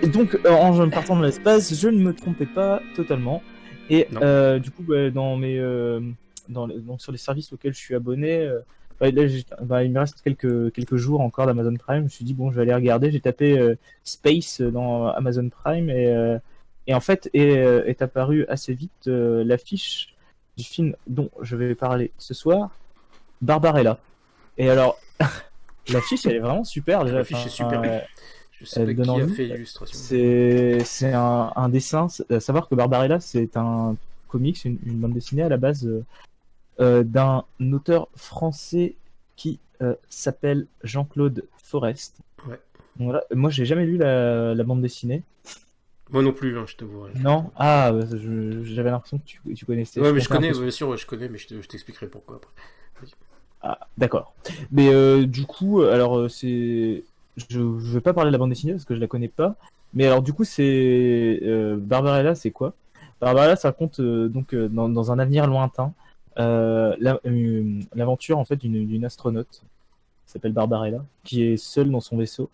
donc, en partant de l'espace, je ne me trompais pas totalement. Et du coup, dans mes, donc sur les services auxquels je suis abonné, là, il me reste quelques jours encore d'Amazon Prime. Je me suis dit, bon, je vais aller regarder. J'ai tapé Space dans Amazon Prime et en fait est apparue assez vite l'affiche du film dont je vais parler ce soir, Barbarella. Et alors, l'affiche, elle est vraiment super déjà. L'affiche est super. Je sais pas Elle donne qui a envie. fait l'illustration. C'est un dessin. À savoir que Barbarella, c'est un comics, une bande dessinée à la base d'un auteur français qui s'appelle Jean-Claude Forest. Ouais. Donc, voilà. Moi, j'ai jamais lu la bande dessinée. Moi non plus, hein, je t'avoue. Non? Ah, j'avais l'impression que tu connaissais. Ouais, mais je comptais un connais, peu bien sûr, ouais, je connais, mais je t'expliquerai pourquoi après. Ah, d'accord. Mais du coup, alors je vais pas parler de la bande dessinée parce que je la connais pas. Mais alors du coup, c'est Barbarella, c'est quoi? Barbarella, ça raconte donc dans un avenir lointain l'aventure en fait d'une astronaute qui s'appelle Barbarella, qui est seule dans son vaisseau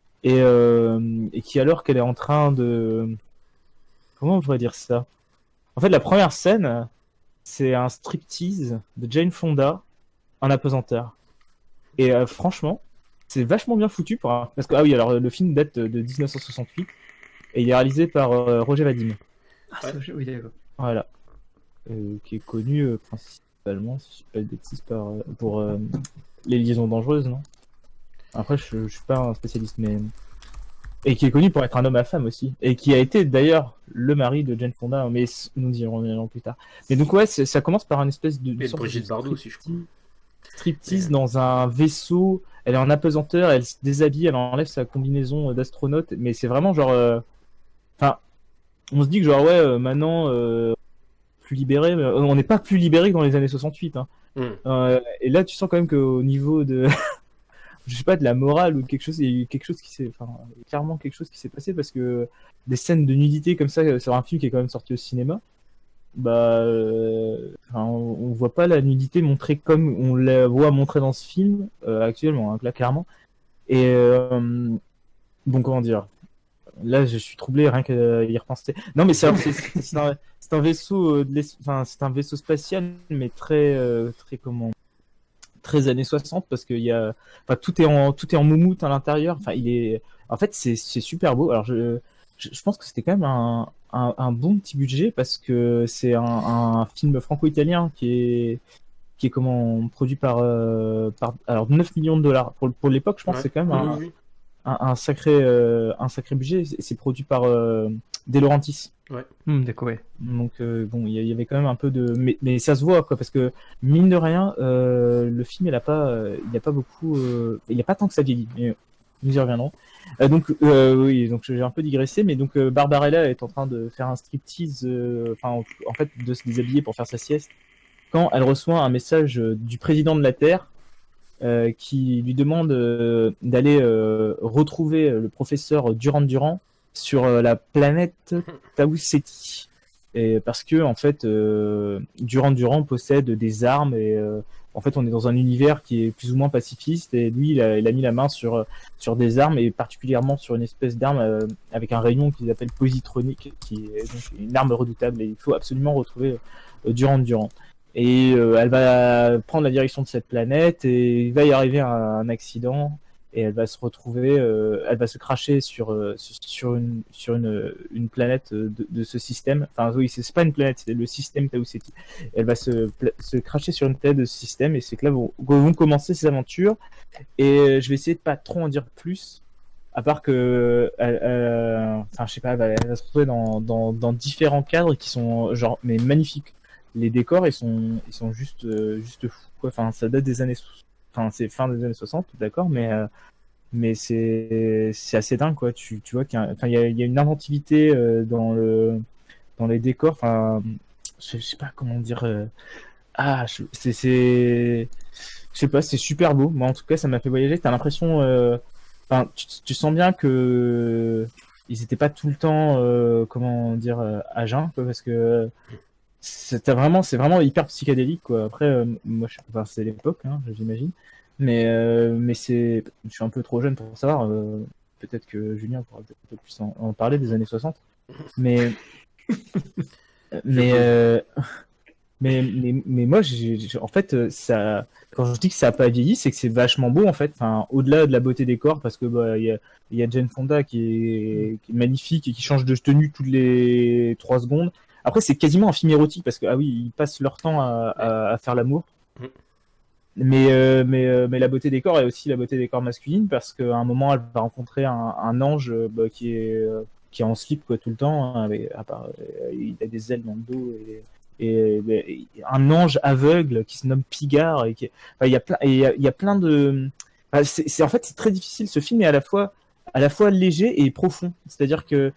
et qui alors qu'elle est en train de comment on pourrait dire ça? En fait, la première scène, c'est un striptease de Jane Fonda en apesanteur. Et franchement, c'est vachement bien foutu parce que ah oui, alors le film date de 1968 et il est réalisé par Roger Vadim. Ah, oui, d'accord. Voilà. Qui est connu principalement, si je dis pas de bêtises, pour Les Liaisons Dangereuses, non? Après, je suis pas un spécialiste, mais et qui est connu pour être un homme à femme aussi, et qui a été d'ailleurs le mari de Jane Fonda, mais nous y reviendrons plus tard. Mais donc ouais, ça commence par une espèce de Et de sorte Brigitte de Bardot aussi, je crois. striptease dans un vaisseau. Elle est en apesanteur, elle se déshabille, elle enlève sa combinaison d'astronaute, mais c'est vraiment genre. Enfin, on se dit que genre ouais, maintenant plus libéré, mais on n'est pas plus libéré que dans les années 68. Hein. Et là, tu sens quand même qu'au niveau de, je sais pas, de la morale ou quelque chose, il y a eu quelque chose qui s'est, enfin, clairement quelque chose qui s'est passé parce que des scènes de nudité comme ça sur un film qui est quand même sorti au cinéma. Bah, on voit pas la nudité montrée comme on la voit montrée dans ce film actuellement, hein, là clairement. Et bon, comment dire, là je suis troublé rien qu'à y repenser. Non, mais c'est un vaisseau, enfin c'est un vaisseau spatial, mais très comment, très années 60 parce qu'il y a, enfin tout est en moumoute à l'intérieur. Enfin en fait c'est super beau. Alors je pense que c'était quand même un bon petit budget parce que c'est un film franco-italien qui est comment produit par alors 9 millions de dollars pour l'époque. Je pense que c'est quand même un sacré budget. C'est produit par De Laurentiis. Ouais. D'accord, ouais. Donc bon, il y avait quand même un peu de, mais ça se voit quoi, parce que mine de rien, le film il a pas beaucoup, il a pas tant que ça vieillit. Mais nous y reviendrons. Donc oui, donc j'ai un peu digressé, mais donc Barbarella est en train de faire un striptease, enfin en fait de se déshabiller pour faire sa sieste, quand elle reçoit un message du président de la Terre qui lui demande d'aller retrouver le professeur Durand sur la planète Tau Ceti. Et parce que en fait, Durand possède des armes et en fait, on est dans un univers qui est plus ou moins pacifiste et lui, il a mis la main sur des armes et particulièrement sur une espèce d'arme avec un rayon qu'ils appellent positronique, qui est donc une arme redoutable et il faut absolument retrouver Durand. Et elle va prendre la direction de cette planète et il va y arriver un accident et elle va se retrouver, elle va se cracher sur une planète de ce système. Enfin oui, c'est pas une planète, c'est le système Tau Ceti. Elle va se cracher sur une planète de ce système et c'est que là vont commencer ses aventures. Et je vais essayer de pas trop en dire plus, à part que, enfin je sais pas, elle va se retrouver dans différents cadres qui sont genre mais magnifiques. Les décors ils sont juste fous quoi. Enfin ça date des années, enfin c'est fin des années 60, d'accord, mais c'est assez dingue quoi. Tu vois il y a une inventivité dans les décors. Enfin je sais pas comment dire. Je sais pas, c'est super beau. Moi en tout cas ça m'a fait voyager. T'as l'impression, enfin tu sens bien que ils étaient pas tout le temps comment dire à jeun quoi, parce que c'est vraiment hyper psychédélique quoi. Après moi enfin, c'est l'époque hein, j'imagine, mais je suis un peu trop jeune pour savoir peut-être que Julien pourra peut-être un peu plus en parler des années 60. Mais mais mais moi, en fait, ça, quand je dis que ça a pas vieilli, c'est que c'est vachement beau en fait. Enfin, au-delà de la beauté des corps, parce que bah il y a Jane Fonda qui est magnifique et qui change de tenue toutes les 3 secondes. Après, c'est quasiment un film érotique parce que ah oui, ils passent leur temps à faire l'amour. Mais la beauté des corps est aussi la beauté des corps masculines parce qu'à un moment, elle va rencontrer un ange qui est en slip quoi, tout le temps, hein, à part, il a des ailes dans le dos et un ange aveugle qui se nomme Pigard et enfin, il y a plein de enfin, en fait c'est très difficile, ce film est à la fois léger et profond, c'est-à-dire que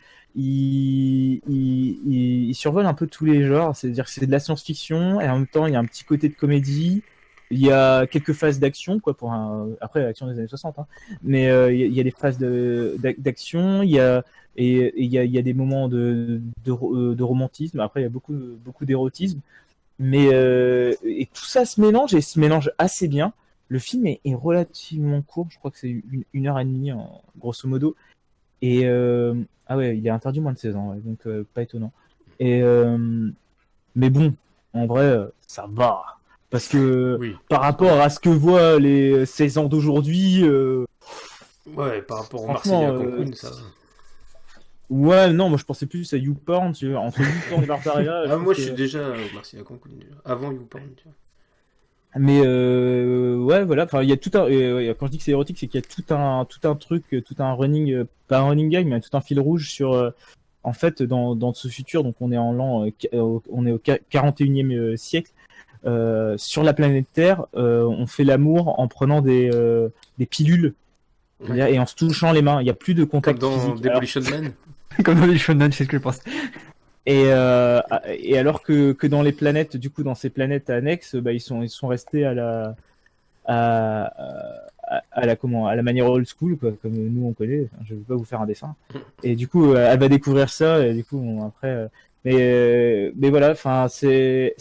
il survole un peu tous les genres, c'est-à-dire que c'est de la science-fiction et en même temps il y a un petit côté de comédie. Il y a quelques phases d'action, quoi, après l'action des années 60, hein. Mais il y a des phases d'action, il y a des moments de romantisme. Après, il y a beaucoup d'érotisme. Mais et tout ça se mélange et se mélange assez bien. Le film est relativement court, je crois que c'est une heure et demie, grosso modo. Et ah ouais, il est interdit moins de 16 ans, ouais, donc pas étonnant. Et mais bon, en vrai, ça va. Parce que par rapport à ce que voient les 16 ans d'aujourd'hui, ouais, par rapport au Marseillais à Cancun, ça va. Ouais, non, moi je pensais plus à YouPorn, tu vois, entre YouPorn et Barbaria. Ah, moi je suis déjà au Marseillais à Cancun, avant YouPorn, tu vois. Mais ouais, voilà, enfin il y a tout un quand je dis que c'est érotique, c'est qu'il y a tout un truc, tout un running pas un running gag mais tout un fil rouge sur en fait dans ce futur, donc on est en l'an on est au 41e siècle. Sur la planète Terre, on fait l'amour en prenant des pilules et en se touchant les mains. Il n'y a plus de contact comme dans physique. Demolition Man. Comme dans les shonen, c'est ce que je pense. Et alors que dans les planètes, du coup, dans ces planètes annexes, bah, ils sont restés à la manière old school, quoi, comme nous on connaît. Enfin, je vais pas vous faire un dessin. Et du coup, elle va découvrir ça. Et du coup, après, mais voilà. Enfin, c'est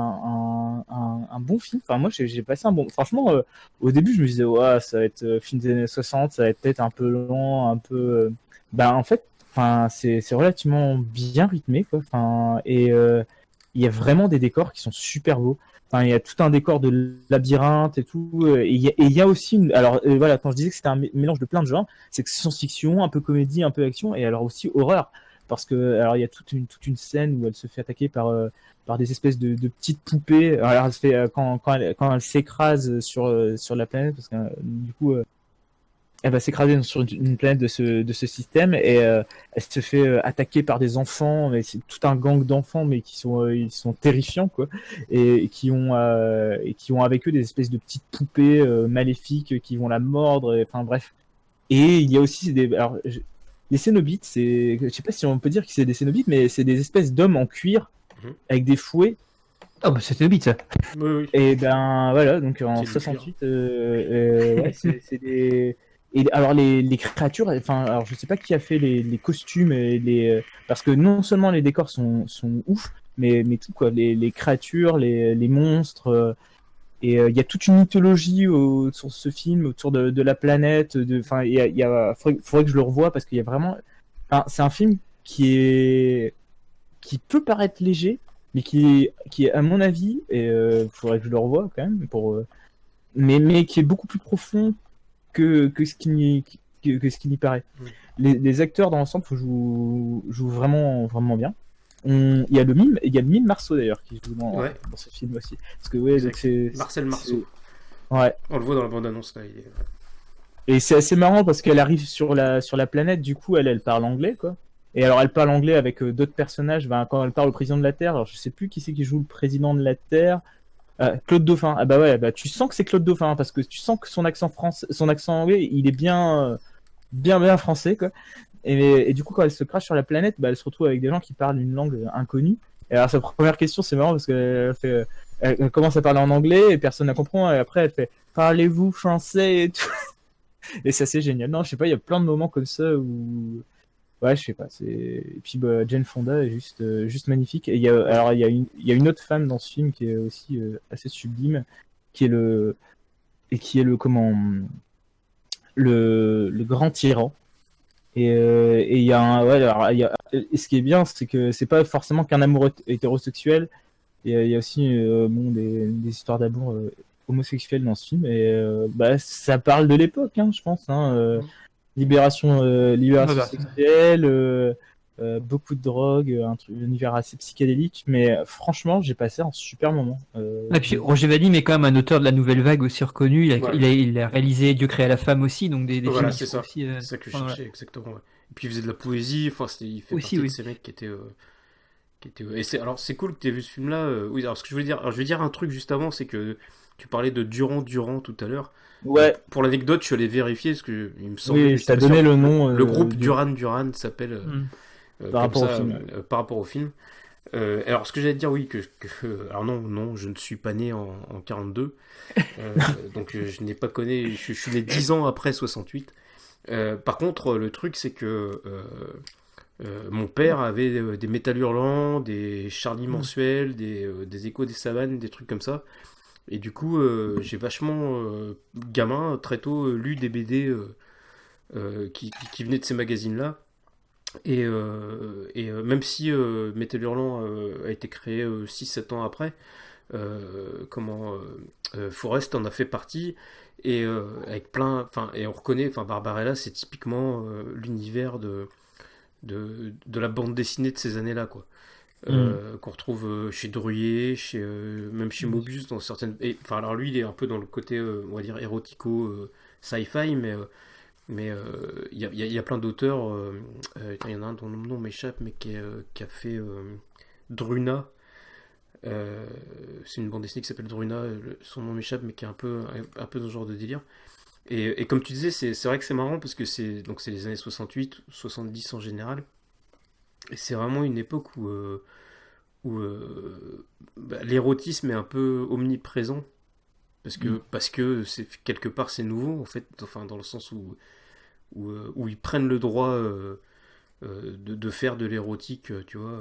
un bon film. Enfin, moi, j'ai passé un bon. Franchement, au début, je me disais, ouais, ça va être film des années 60, ça va être peut-être un peu lent, un peu. Bah, en fait. Enfin, c'est relativement bien rythmé, quoi. Enfin, et il y a vraiment des décors qui sont super beaux. Enfin, il y a tout un décor de labyrinthe et tout. Et il y a aussi alors voilà, quand je disais que c'était un mélange de plein de genres, c'est que science-fiction, un peu comédie, un peu action, et alors aussi horreur, parce que alors il y a toute une scène où elle se fait attaquer par des espèces de petites poupées. Alors elle se fait quand elle s'écrase sur la planète, parce que du coup elle va s'écraser sur une planète de ce système et elle se fait attaquer par des enfants, mais c'est tout un gang d'enfants, mais ils sont terrifiants, quoi, et qui ont avec eux des espèces de petites poupées maléfiques qui vont la mordre, enfin bref. Et il y a aussi les Cénobites, je sais pas si on peut dire que c'est des Cénobites, mais c'est des espèces d'hommes en cuir avec des fouets. Oh bah c'était Hobbit ça. Oui. Et ben voilà, donc en 68, ouais, c'est des. Et alors les créatures, enfin alors je sais pas qui a fait les costumes et parce que non seulement les décors sont ouf, mais tout quoi, les créatures, les monstres, et il y a toute une mythologie sur ce film autour de la planète, enfin faudrait que je le revoie parce qu'il y a vraiment, enfin, c'est un film qui peut paraître léger, mais qui est à mon avis, et faudrait que je le revoie quand même mais qui est beaucoup plus profond que ce qui n'y paraît. Les acteurs dans l'ensemble jouent vraiment bien. Il y a le mime Marceau d'ailleurs qui joue dans ce film aussi. Parce que ouais, donc c'est Marcel Marceau. Ouais. On le voit dans la bande-annonce là. Et c'est assez marrant parce qu'elle arrive sur la planète, du coup elle parle anglais, quoi. Et alors elle parle anglais avec d'autres personnages. Ben, quand elle parle au président de la Terre, alors je sais plus qui c'est qui joue le président de la Terre. Claude Dauphin. Ah bah ouais, bah tu sens que c'est Claude Dauphin parce que tu sens que son accent anglais, il est bien français, quoi. Et du coup, quand elle se crache sur la planète, bah elle se retrouve avec des gens qui parlent une langue inconnue. Et alors sa première question, c'est marrant parce elle commence à parler en anglais et personne ne comprend. Et après, elle fait parlez-vous français et tout. Et ça c'est génial. Non, je sais pas, il y a plein de moments comme ça où ouais, je sais pas. Et puis bah, Jane Fonda est juste magnifique. Et il y a une autre femme dans ce film qui est aussi assez sublime, qui est le grand tyran. Et il y a ouais, alors, et ce qui est bien, c'est que c'est pas forcément qu'un amour hétérosexuel. Il y a aussi bon, des histoires d'amour homosexuelles dans ce film. Et bah, ça parle de l'époque, hein, je pense. Hein, libération sexuelle, beaucoup de drogue, un univers assez psychédélique. Mais franchement, j'ai passé un super moment. Et puis Roger Vadim est quand même un auteur de la nouvelle vague aussi reconnu. Il a réalisé Dieu créa la femme aussi, donc des voilà, films qui sont aussi. C'est ça que je cherchais exactement. Ouais. Et puis il faisait de la poésie. Enfin, il fait aussi, partie de ces mecs qui étaient. Et c'est cool que tu aies vu ce film-là. Oui, alors ce que je voulais dire, alors je vais dire un truc juste avant, c'est que tu parlais de Durand tout à l'heure. Ouais. Pour l'anecdote, je suis allé vérifier parce que il me semblait. Oui, ça donnait le nom. Le groupe Duran s'appelle par rapport au film. Par rapport au film. Alors, ce que j'allais te dire, oui, alors non, je ne suis pas né en 42. Donc, je n'ai pas connu. Je suis né 10 ans après 68. Par contre, le truc, c'est que mon père avait des Métal Hurlants, des Charlie Mensuel, des Échos des Savanes, des trucs comme ça. Et du coup, j'ai vachement, gamin, très tôt, lu des BD qui venaient de ces magazines-là. Et même si Metal Hurlant a été créé 6-7 ans après, Forrest en a fait partie, et avec et on reconnaît, Barbarella, c'est typiquement l'univers de la bande dessinée de ces années-là, quoi. Qu'on retrouve chez Druyer, même chez Mobius dans certaines. Alors lui, il est un peu dans le côté, on va dire, érotico, sci-fi, mais il y a plein d'auteurs. Il y en a un dont le nom m'échappe, mais qui a fait Druna. C'est une bande dessinée qui s'appelle Druna. Son nom m'échappe, mais qui est un peu dans ce genre de délire. Et comme tu disais, c'est vrai que c'est marrant parce que c'est les années 68, 70 en général. Et c'est vraiment une époque où l'érotisme est un peu omniprésent. Parce que quelque part c'est nouveau, en fait, enfin, dans le sens où ils prennent le droit de faire de l'érotique, tu vois,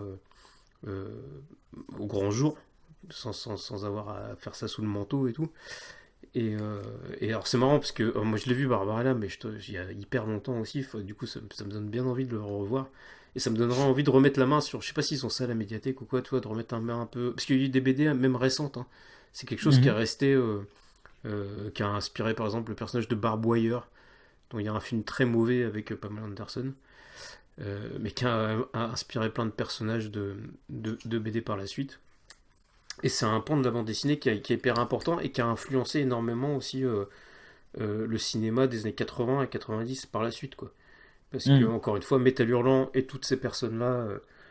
au grand jour, sans avoir à faire ça sous le manteau et tout. Et alors c'est marrant parce que moi je l'ai vu Barbarella, mais il y a hyper longtemps aussi, du coup ça me donne bien envie de le revoir. Et ça me donnera envie de remettre la main sur, je sais pas s'ils ont ça à la médiathèque ou quoi, tu vois, de remettre la main un peu. Parce qu'il y a eu des BD même récentes, hein. C'est quelque chose qui est resté, qui a inspiré par exemple le personnage de Barbwire, dont il y a un film très mauvais avec Pamela Anderson, mais qui a inspiré plein de personnages de BD par la suite. Et c'est un pan de la bande dessinée qui est hyper important et qui a influencé énormément aussi le cinéma des années 80 et 90 par la suite, quoi. Parce que, encore une fois, Metal Hurlant et toutes ces personnes-là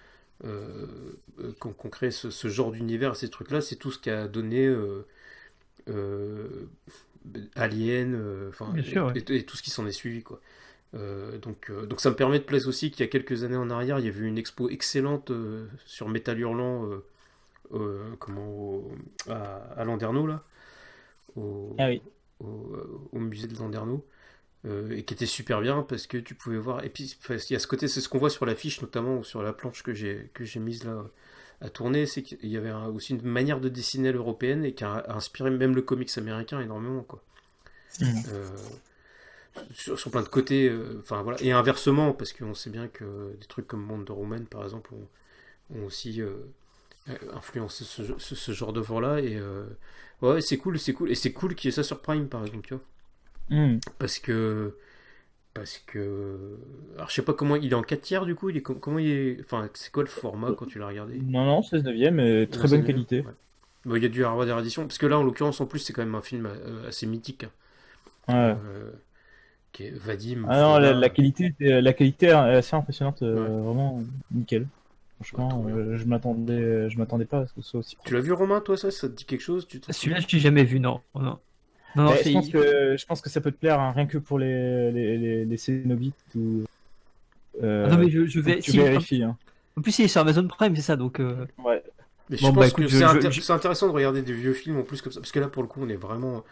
qu'on crée ce genre d'univers, ces trucs-là, c'est tout ce qui a donné Alien, et tout ce qui s'en est suivi, quoi. Donc ça me permet de placer aussi qu'il y a quelques années en arrière, il y avait eu une expo excellente sur Metal Hurlant à Landerneau, là, au, Ah oui. au musée de Landerneau, et qui était super bien parce que tu pouvais voir. Et puis il y a ce côté, c'est ce qu'on voit sur l'affiche, notamment, ou sur la planche que j'ai mise là à tourner, c'est qu'il y avait aussi une manière de dessiner à l'européenne et qui a inspiré même le comics américain énormément, quoi. Sur plein de côtés, voilà. Et inversement, parce qu'on sait bien que des trucs comme Wonder Woman, par exemple, ont aussi influencé ce genre d'œuvre-là. Et ouais, c'est cool. Et c'est cool qu'il y ait ça sur Prime, par exemple, tu vois. Parce que. Alors, je sais pas comment. Il est en 4 tiers, du coup. Comment il est. Enfin, c'est quoi le format quand tu l'as regardé? Non, 16/9, très bonne qualité. Ouais. Bon, il y a dû avoir des rééditions. Parce que là, en l'occurrence, en plus, c'est quand même un film assez mythique. Ouais. Qui est Vadim. Ah non, la qualité est assez impressionnante, vraiment nickel. Franchement, je m'attendais pas à ce que ce soit aussi. Tu l'as vu, Romain, toi, ça te dit quelque chose? Celui-là, je l'ai jamais vu, non. Je pense que ça peut te plaire, hein, rien que pour les Cénobites ou. non, mais je vais. Tu vérifies. Hein. En plus, il est sur Amazon Prime, c'est ça, donc. Ouais. Mais je pense que c'est intéressant de regarder des vieux films en plus comme ça, parce que là, pour le coup, on est vraiment.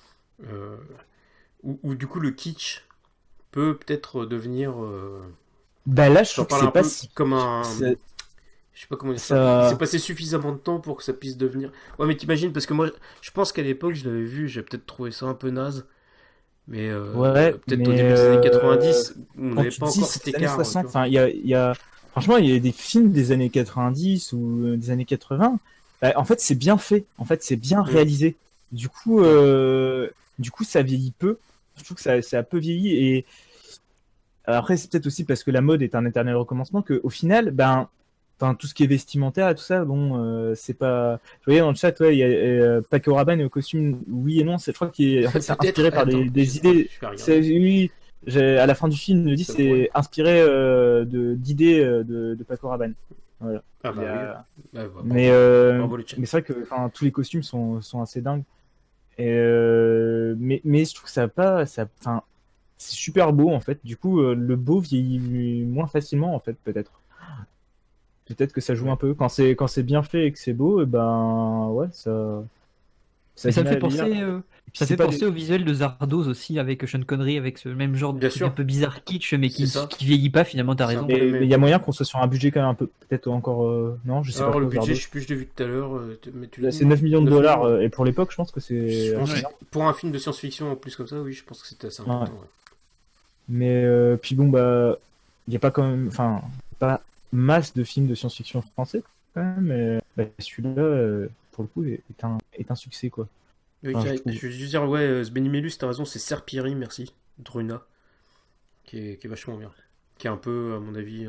Où du coup, le kitsch peut peut-être devenir. Bah là, je trouve que c'est pas si. Comme un. Je sais pas comment dire ça. C'est passé suffisamment de temps pour que ça puisse devenir. Ouais, mais t'imagines, parce que moi, je pense qu'à l'époque, je l'avais vu, j'ai peut-être trouvé ça un peu naze. Mais Ouais, peut-être au mais début des années 90, on quand n'avait tu pas dis encore c'est cet les années écart. 60, Tu vois. enfin, franchement, il y a des films des années 90 ou des années 80. Bah, en fait, c'est bien fait. En fait, c'est bien Mm. réalisé. Du coup, Ouais. ça vieillit peu. Je trouve que ça a peu vieilli. Et après, c'est peut-être aussi parce que la mode est un éternel recommencement que, au final, ben, enfin, tout ce qui est vestimentaire et tout ça, bon, c'est pas. Vous voyez dans le chat, ouais, il y a Paco Rabanne et au costume, oui et non. Je crois en fait, c'est Peut-être. inspiré par Attends, des idées. je vais regarder. Oui, à la fin du film, il me dit Ça pourrait. c'est inspiré d'idées de Paco Rabanne. Voilà. Ah Il y bah oui. a... Ah, bah, Mais, bravo le chat. mais c'est vrai que enfin, tous les costumes sont assez dingues. Et, mais je trouve que ça a pas. Enfin, c'est super beau en fait. Du coup, le beau vieillit moins facilement en fait, peut-être. Peut-être que ça joue Ouais. un peu. Quand c'est bien fait et que c'est beau, et ben ouais, ça Mais a du mal à vieillir. Et puis ça me c'est fait pas penser des... au visuel de Zardoz aussi, avec Sean Connery, avec ce même genre de Bien truc un sûr, peu bizarre kitsch, mais c'est ça. qui vieillit pas finalement, t'as C'est un raison. peu la Mais même il y a époque. moyen qu'on soit sur un budget quand même un peu, peut-être encore. Non, je sais pas Alors le trop, budget, Zardos. je sais plus, je l'ai vu tout à l'heure, mais tu l'as dit C'est non? 9 millions de 9 dollars. millions. Et pour l'époque, je pense que Je c'est pense assez que bien. pour un film de science-fiction en plus comme ça, oui, je pense que c'était assez Ouais. important. Ouais. Mais puis bon, bah, il n'y a pas quand même. Enfin, pas masse de films de science-fiction français quand même. Mais bah, celui-là, pour le coup, est un succès quoi. Oui, Enfin, je trouve. je veux juste dire, ouais, Sbenimélus, t'as raison, c'est Serpiri, merci, Druna, qui est vachement bien. Qui est un peu, à mon avis,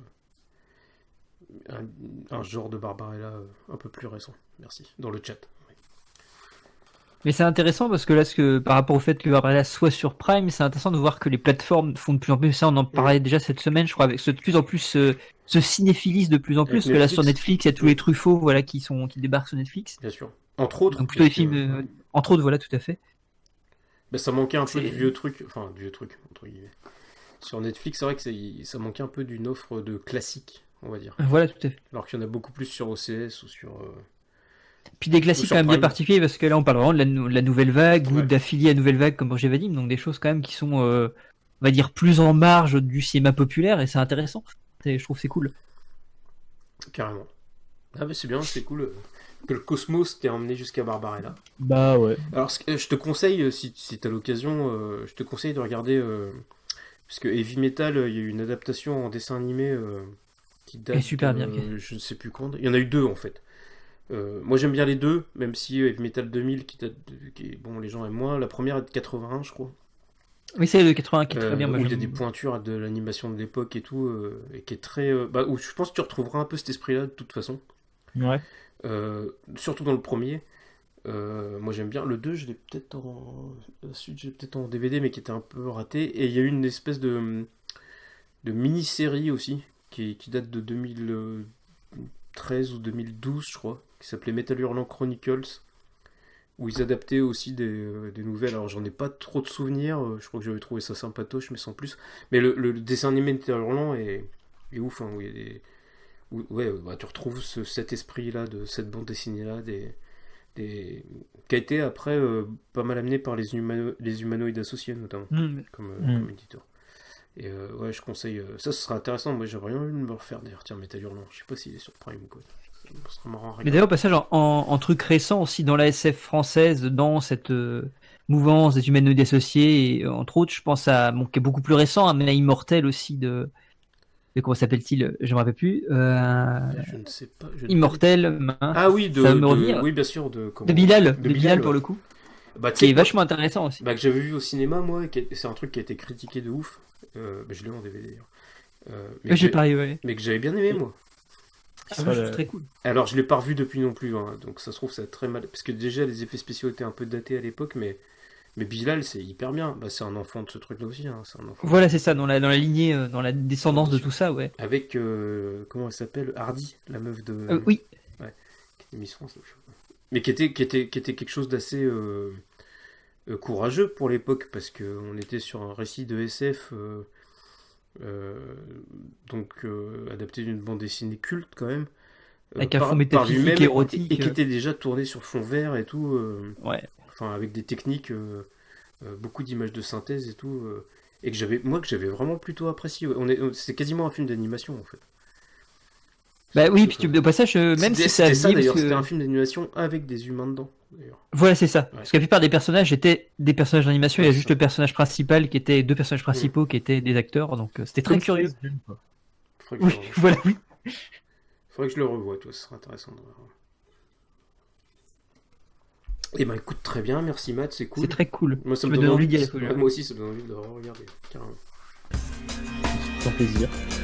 un genre de Barbarella un peu plus récent. Merci, dans le chat. Mais c'est intéressant parce que là, par rapport au fait que Barbarella soit sur Prime, c'est intéressant de voir que les plateformes font de plus en plus ça. On en Mm. parlait déjà cette semaine, je crois, avec de plus en plus ce cinéphilisme de plus en plus. Avec Parce que là, sur Netflix, Netflix, il y a tous les Truffauts, voilà, qui débarquent sur Netflix. bien sûr. Entre autres, Donc plutôt parce les que films, entre autres, voilà, tout à fait. bah, ça manquait un peu du C'est vieux truc, enfin, du vieux truc, entre guillemets. Sur Netflix, c'est vrai que ça manquait un peu d'une offre de classique, on va dire. voilà, tout à fait. Alors qu'il y en a beaucoup plus sur OCS Puis des ou classiques quand sur même bien Prime. particuliers parce que là, on parle vraiment de la nouvelle vague ou Ouais, d'affiliés à nouvelle vague comme Roger Vadim, donc des choses quand même qui sont, on va dire, plus en marge du cinéma populaire et c'est intéressant. Je trouve que c'est cool. carrément. Ah, mais c'est bien, c'est cool que le Cosmos t'ait emmené jusqu'à Barbarella. Bah ouais. Alors, je te conseille, si t'as l'occasion, je te conseille de regarder, parce que Heavy Metal, il y a eu une adaptation en dessin animé qui Elle est date super bien. de je ne sais plus quand. Il y en a eu deux en fait. Moi j'aime bien les deux, même si Heavy Metal 2000, bon, les gens aiment moins. La première est de 81, je crois. Oui, c'est le 80 qui est très bien. Moi, Où il y a j'aime. des pointures de l'animation de l'époque et tout, et qui est très. Bah, où je pense que tu retrouveras un peu cet esprit-là de toute façon. Ouais. Surtout dans le premier. Moi j'aime bien. Le 2, je l'ai peut-être en. La suite, j'ai peut-être en DVD, mais qui était un peu raté. Et il y a eu une espèce de mini-série aussi, qui date de 2013 ou 2012, je crois, qui s'appelait Metal Hurlant Chronicles, où ils adaptaient aussi des nouvelles. Alors j'en ai pas trop de souvenirs, je crois que j'avais trouvé ça sympatoche, mais sans plus. Mais le dessin animé de Metal Hurlant est ouf, hein, où il y a ouais, bah, tu retrouves cet esprit-là, de cette bande dessinée-là, qui a été après pas mal amené par les humanoïdes associés, notamment, comme éditeur. Et ouais, je conseille. Ça, ce sera intéressant. Moi, j'aimerais bien me refaire d'ailleurs. Tiens, Metal Hurlant. Je sais pas s'il est sur Prime ou quoi. Ça sera marrant à Mais regarder. d'ailleurs, au passage, en truc récent aussi dans la SF française, dans cette mouvance des humanoïdes associés, et, entre autres, je pense à qui est beaucoup plus récent, mais à Immortel aussi de comment s'appelle-t-il? Je me rappelle plus. Je ne sais pas. Immortel, mince, Ah oui, ça va me revenir. oui, bien sûr. De Bilal, De de Bilal ouais. pour le coup, Bah, tu qui sais, est vachement intéressant aussi. bah, que j'avais vu au cinéma, moi. C'est un truc qui a été critiqué de ouf. Bah, je l'ai en DVD d'ailleurs. J'ai pareil, ouais. Mais que j'avais bien aimé, moi. Ah, moi, je trouve très cool. Alors, je l'ai pas revu depuis non plus. Hein, donc, ça se trouve, ça a très mal. Parce que déjà, les effets spéciaux étaient un peu datés à l'époque. Mais Bilal, c'est hyper bien. Bah, c'est un enfant de ce truc-là aussi. Hein. C'est un enfant. Voilà, c'est ça, dans la lignée, dans la descendance de tout ça, ouais. Avec, comment elle s'appelle, Hardy, la meuf de. Oui. Ouais, qui était Miss France. Mais qui était quelque chose d'assez courageux pour l'époque, parce qu'on était sur un récit de SF, donc adapté d'une bande dessinée culte quand même. Avec un fond Par métaphysique, lui-même, érotique. et qui était déjà tourné sur fond vert et tout. Ouais. Enfin, avec des techniques, beaucoup d'images de synthèse et tout. Et que j'avais vraiment plutôt apprécié. Ouais. C'est quasiment un film d'animation en fait. Bah oui, puis au passage, même si ça c'était ça vit, d'ailleurs, parce c'était que- un film d'animation avec des humains dedans. D'ailleurs. Voilà, c'est ça. Parce que la plupart des personnages étaient des personnages d'animation, il y Ouais, a c'est juste ça. le personnage principal qui était deux personnages principaux qui étaient des acteurs, donc c'était très Comme curieux. Space Jam, quoi. Faudrait que, Oui, voilà, oui. faudrait que je le revoie, toi, ce serait intéressant de voir. Eh ben écoute, très bien, merci Matt, c'est cool. C'est très cool. Moi, ça Tu me me donne donnes envie envie d'y aller, faut que je- Ouais, moi aussi, ça me donne envie de le regarder, carrément. Sans plaisir.